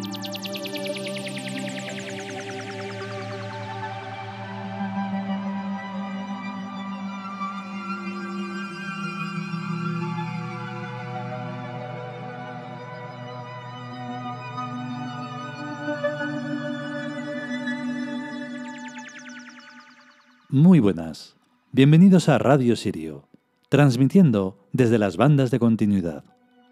Muy buenas, bienvenidos a Radio Sirio, transmitiendo desde las bandas de continuidad.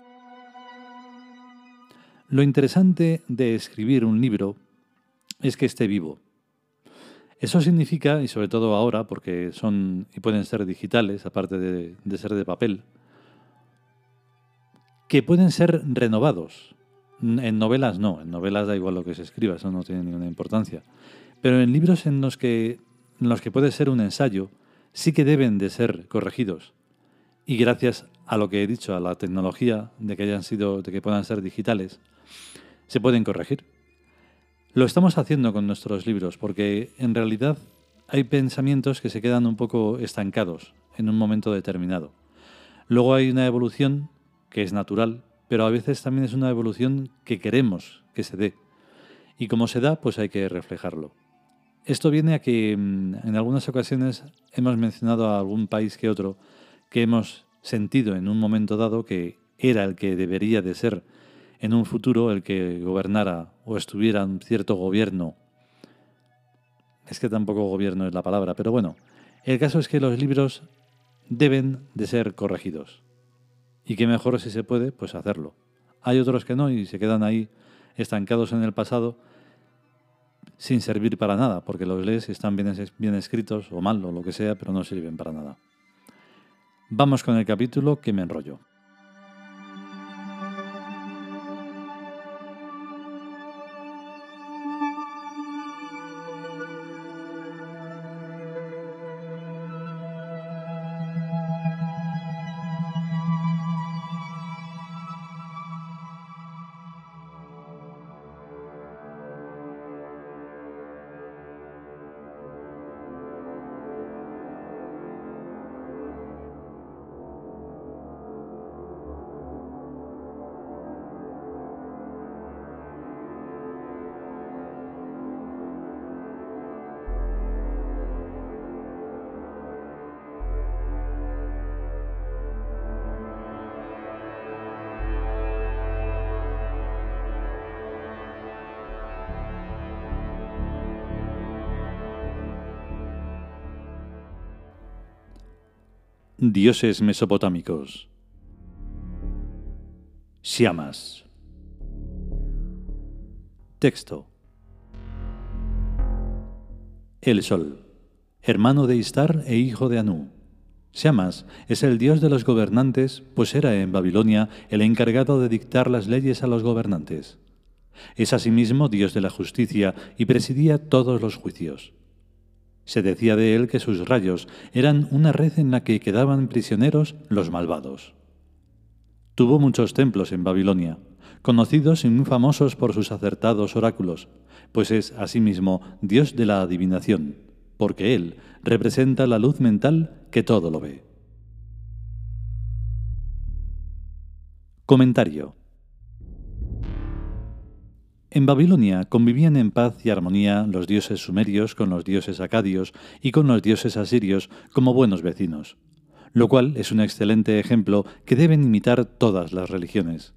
Lo interesante de escribir un libro es que esté vivo. Eso significa, y sobre todo ahora, porque son y pueden ser digitales, aparte de ser de papel, que pueden ser renovados. En novelas no, en novelas da igual lo que se escriba, eso no tiene ninguna importancia. Pero en libros en los que puede ser un ensayo, sí que deben de ser corregidos. Y gracias a lo que he dicho, a la tecnología de que puedan ser digitales, se pueden corregir. Lo estamos haciendo con nuestros libros, porque en realidad hay pensamientos que se quedan un poco estancados en un momento determinado. Luego hay una evolución que es natural, pero a veces también es una evolución que queremos que se dé. Y como se da, pues hay que reflejarlo. Esto viene a que en algunas ocasiones hemos mencionado a algún país que otro que hemos sentido en un momento dado que era el que debería de ser en un futuro el que gobernara o estuviera un cierto gobierno. Es que tampoco gobierno es la palabra, pero bueno, el caso es que los libros deben de ser corregidos. Y que mejor si se puede, pues hacerlo. Hay otros que no y se quedan ahí estancados en el pasado sin servir para nada, porque los lees y están bien escritos o mal o lo que sea, pero no sirven para nada. Vamos con el capítulo que me enrollo. Dioses mesopotámicos. Siamas. Texto. El Sol, hermano de Istar e hijo de Anu. Siamas es el dios de los gobernantes, pues era en Babilonia el encargado de dictar las leyes a los gobernantes. Es asimismo dios de la justicia y presidía todos los juicios. Se decía de él que sus rayos eran una red en la que quedaban prisioneros los malvados. Tuvo muchos templos en Babilonia, conocidos y muy famosos por sus acertados oráculos, pues es asimismo dios de la adivinación, porque él representa la luz mental que todo lo ve. Comentario. En Babilonia convivían en paz y armonía los dioses sumerios con los dioses acadios y con los dioses asirios como buenos vecinos, lo cual es un excelente ejemplo que deben imitar todas las religiones.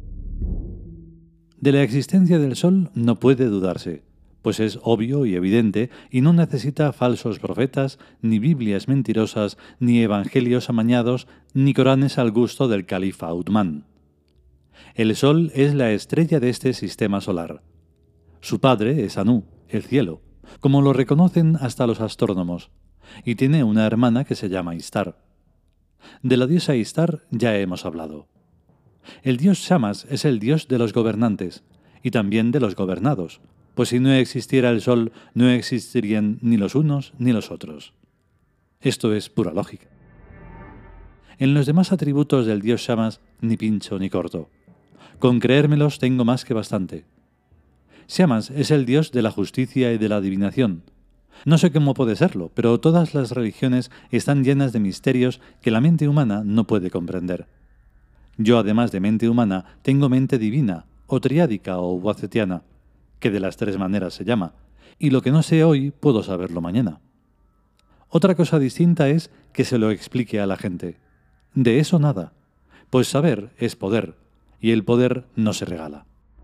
De la existencia del Sol no puede dudarse, pues es obvio y evidente y no necesita falsos profetas, ni Biblias mentirosas, ni evangelios amañados, ni Coranes al gusto del califa Uthman. El Sol es la estrella de este sistema solar. Su padre es Anu, el cielo, como lo reconocen hasta los astrónomos, y tiene una hermana que se llama Istar. De la diosa Istar ya hemos hablado. El dios Shamas es el dios de los gobernantes, y también de los gobernados, pues si no existiera el Sol no existirían ni los unos ni los otros. Esto es pura lógica. En los demás atributos del dios Shamas ni pincho ni corto. Con creérmelos tengo más que bastante. Siamas es el dios de la justicia y de la adivinación. No sé cómo puede serlo, pero todas las religiones están llenas de misterios que la mente humana no puede comprender. Yo, además de mente humana, tengo mente divina, o triádica o boacetiana, que de las tres maneras se llama, y lo que no sé hoy puedo saberlo mañana. Otra cosa distinta es que se lo explique a la gente. De eso nada, pues saber es poder, y el poder no se regala.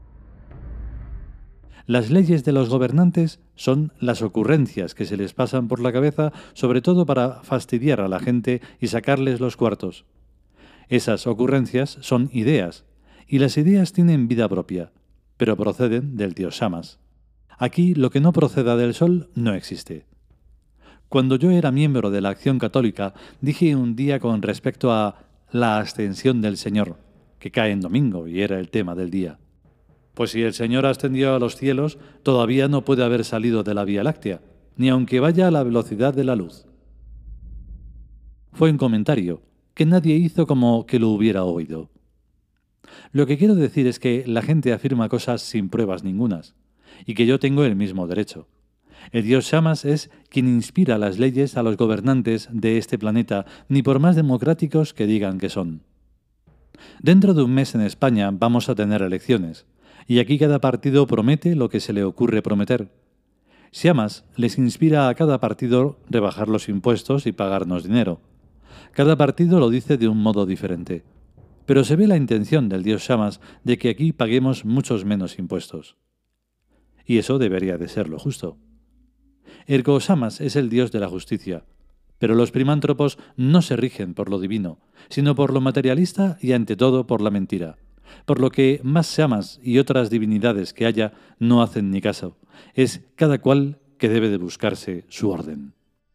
Las leyes de los gobernantes son las ocurrencias que se les pasan por la cabeza, sobre todo para fastidiar a la gente y sacarles los cuartos. Esas ocurrencias son ideas, y las ideas tienen vida propia, pero proceden del dios Shamas. Aquí lo que no proceda del sol no existe. Cuando yo era miembro de la Acción Católica, dije un día con respecto a la ascensión del Señor, que cae en domingo y era el tema del día. Pues si el Señor ascendió a los cielos, todavía no puede haber salido de la Vía Láctea, ni aunque vaya a la velocidad de la luz. Fue un comentario que nadie hizo como que lo hubiera oído. Lo que quiero decir es que la gente afirma cosas sin pruebas ningunas, y que yo tengo el mismo derecho. El dios Shamas es quien inspira las leyes a los gobernantes de este planeta, ni por más democráticos que digan que son. Dentro de un mes en España vamos a tener elecciones, y aquí cada partido promete lo que se le ocurre prometer. Shamas les inspira a cada partido rebajar los impuestos y pagarnos dinero. Cada partido lo dice de un modo diferente, pero se ve la intención del dios Shamas de que aquí paguemos muchos menos impuestos. Y eso debería de ser lo justo. Ergo Shamas es el dios de la justicia, pero los primántropos no se rigen por lo divino, sino por lo materialista y ante todo por la mentira, por lo que más Shamas y otras divinidades que haya no hacen ni caso. Es cada cual que debe de buscarse su orden.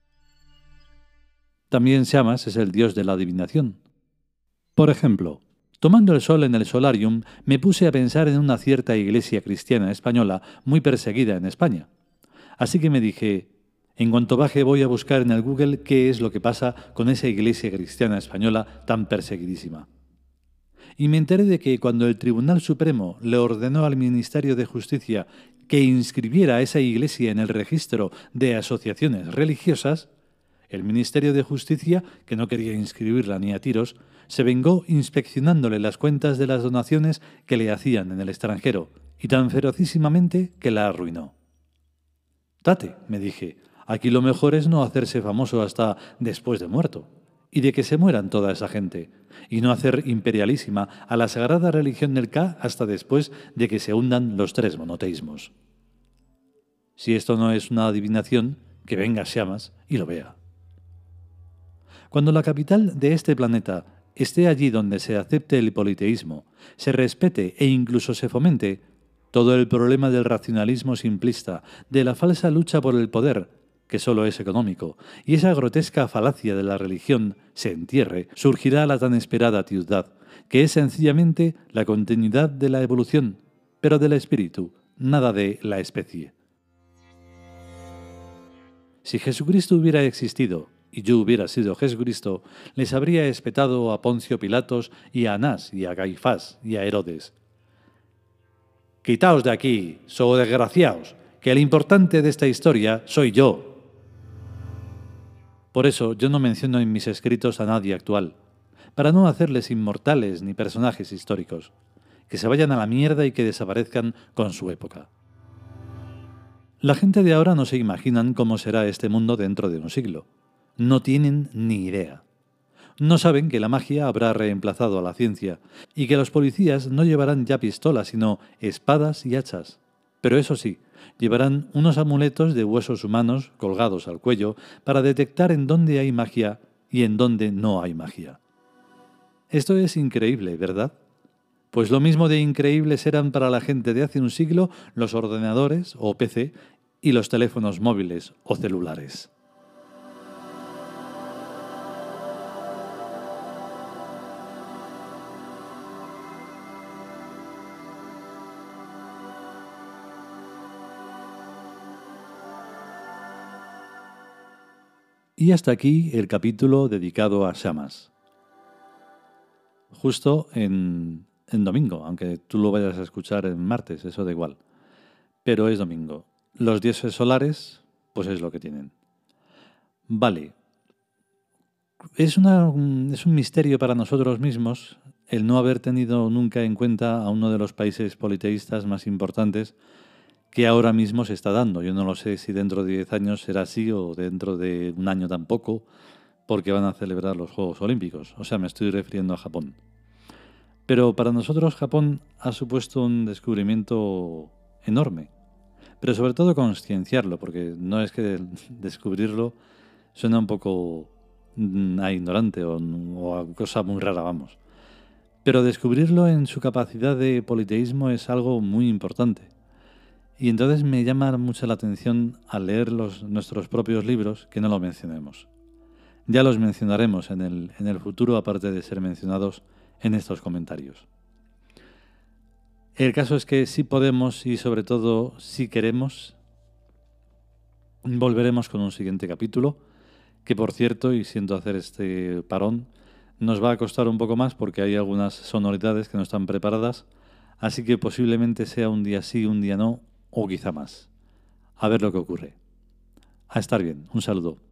También Shamas es el dios de la adivinación. Por ejemplo, tomando el sol en el solarium, me puse a pensar en una cierta iglesia cristiana española muy perseguida en España. Así que me dije, en cuanto baje voy a buscar en el Google qué es lo que pasa con esa iglesia cristiana española tan perseguidísima. Y me enteré de que cuando el Tribunal Supremo le ordenó al Ministerio de Justicia que inscribiera a esa iglesia en el registro de asociaciones religiosas, el Ministerio de Justicia, que no quería inscribirla ni a tiros, se vengó inspeccionándole las cuentas de las donaciones que le hacían en el extranjero, y tan ferocísimamente que la arruinó. Tate, me dije, aquí lo mejor es no hacerse famoso hasta después de muerto, y de que se mueran toda esa gente, y no hacer imperialísima a la sagrada religión del Ka hasta después de que se hundan los tres monoteísmos. Si esto no es una adivinación, que venga Shamas y lo vea. Cuando la capital de este planeta esté allí donde se acepte el politeísmo, se respete e incluso se fomente, todo el problema del racionalismo simplista, de la falsa lucha por el poder, que solo es económico, y esa grotesca falacia de la religión se entierre, surgirá la tan esperada tiudad, que es sencillamente la continuidad de la evolución, pero del espíritu, nada de la especie. Si Jesucristo hubiera existido, y yo hubiera sido Jesucristo, les habría espetado a Poncio Pilatos y a Anás y a Caifás y a Herodes. «Quitaos de aquí, so desgraciaos, que el importante de esta historia soy yo». Por eso yo no menciono en mis escritos a nadie actual, para no hacerles inmortales ni personajes históricos, que se vayan a la mierda y que desaparezcan con su época. La gente de ahora no se imaginan cómo será este mundo dentro de un siglo. No tienen ni idea. No saben que la magia habrá reemplazado a la ciencia y que los policías no llevarán ya pistolas, sino espadas y hachas. Pero eso sí, llevarán unos amuletos de huesos humanos colgados al cuello para detectar en dónde hay magia y en dónde no hay magia. Esto es increíble, ¿verdad? Pues lo mismo de increíbles eran para la gente de hace un siglo los ordenadores o PC y los teléfonos móviles o celulares. Y hasta aquí el capítulo dedicado a Shamas. Justo en domingo, aunque tú lo vayas a escuchar en martes, eso da igual. Pero es domingo. Los dioses solares, pues es lo que tienen. Vale. Es un misterio para nosotros mismos el no haber tenido nunca en cuenta a uno de los países politeístas más importantes que ahora mismo se está dando. Yo no lo sé si dentro de 10 años será así o dentro de un año tampoco, porque van a celebrar los Juegos Olímpicos. O sea, me estoy refiriendo a Japón. Pero para nosotros Japón ha supuesto un descubrimiento enorme. Pero sobre todo concienciarlo, porque no es que descubrirlo suena un poco a ignorante o a cosa muy rara, vamos. Pero descubrirlo en su capacidad de politeísmo es algo muy importante. Y entonces me llama mucho la atención al leer nuestros propios libros que no lo mencionemos. Ya los mencionaremos en el futuro, aparte de ser mencionados en estos comentarios. El caso es que si podemos y sobre todo si queremos, volveremos con un siguiente capítulo, que por cierto, y siento hacer este parón, nos va a costar un poco más porque hay algunas sonoridades que no están preparadas, así que posiblemente sea un día sí, un día no, o quizá más. A ver lo que ocurre. A estar bien. Un saludo.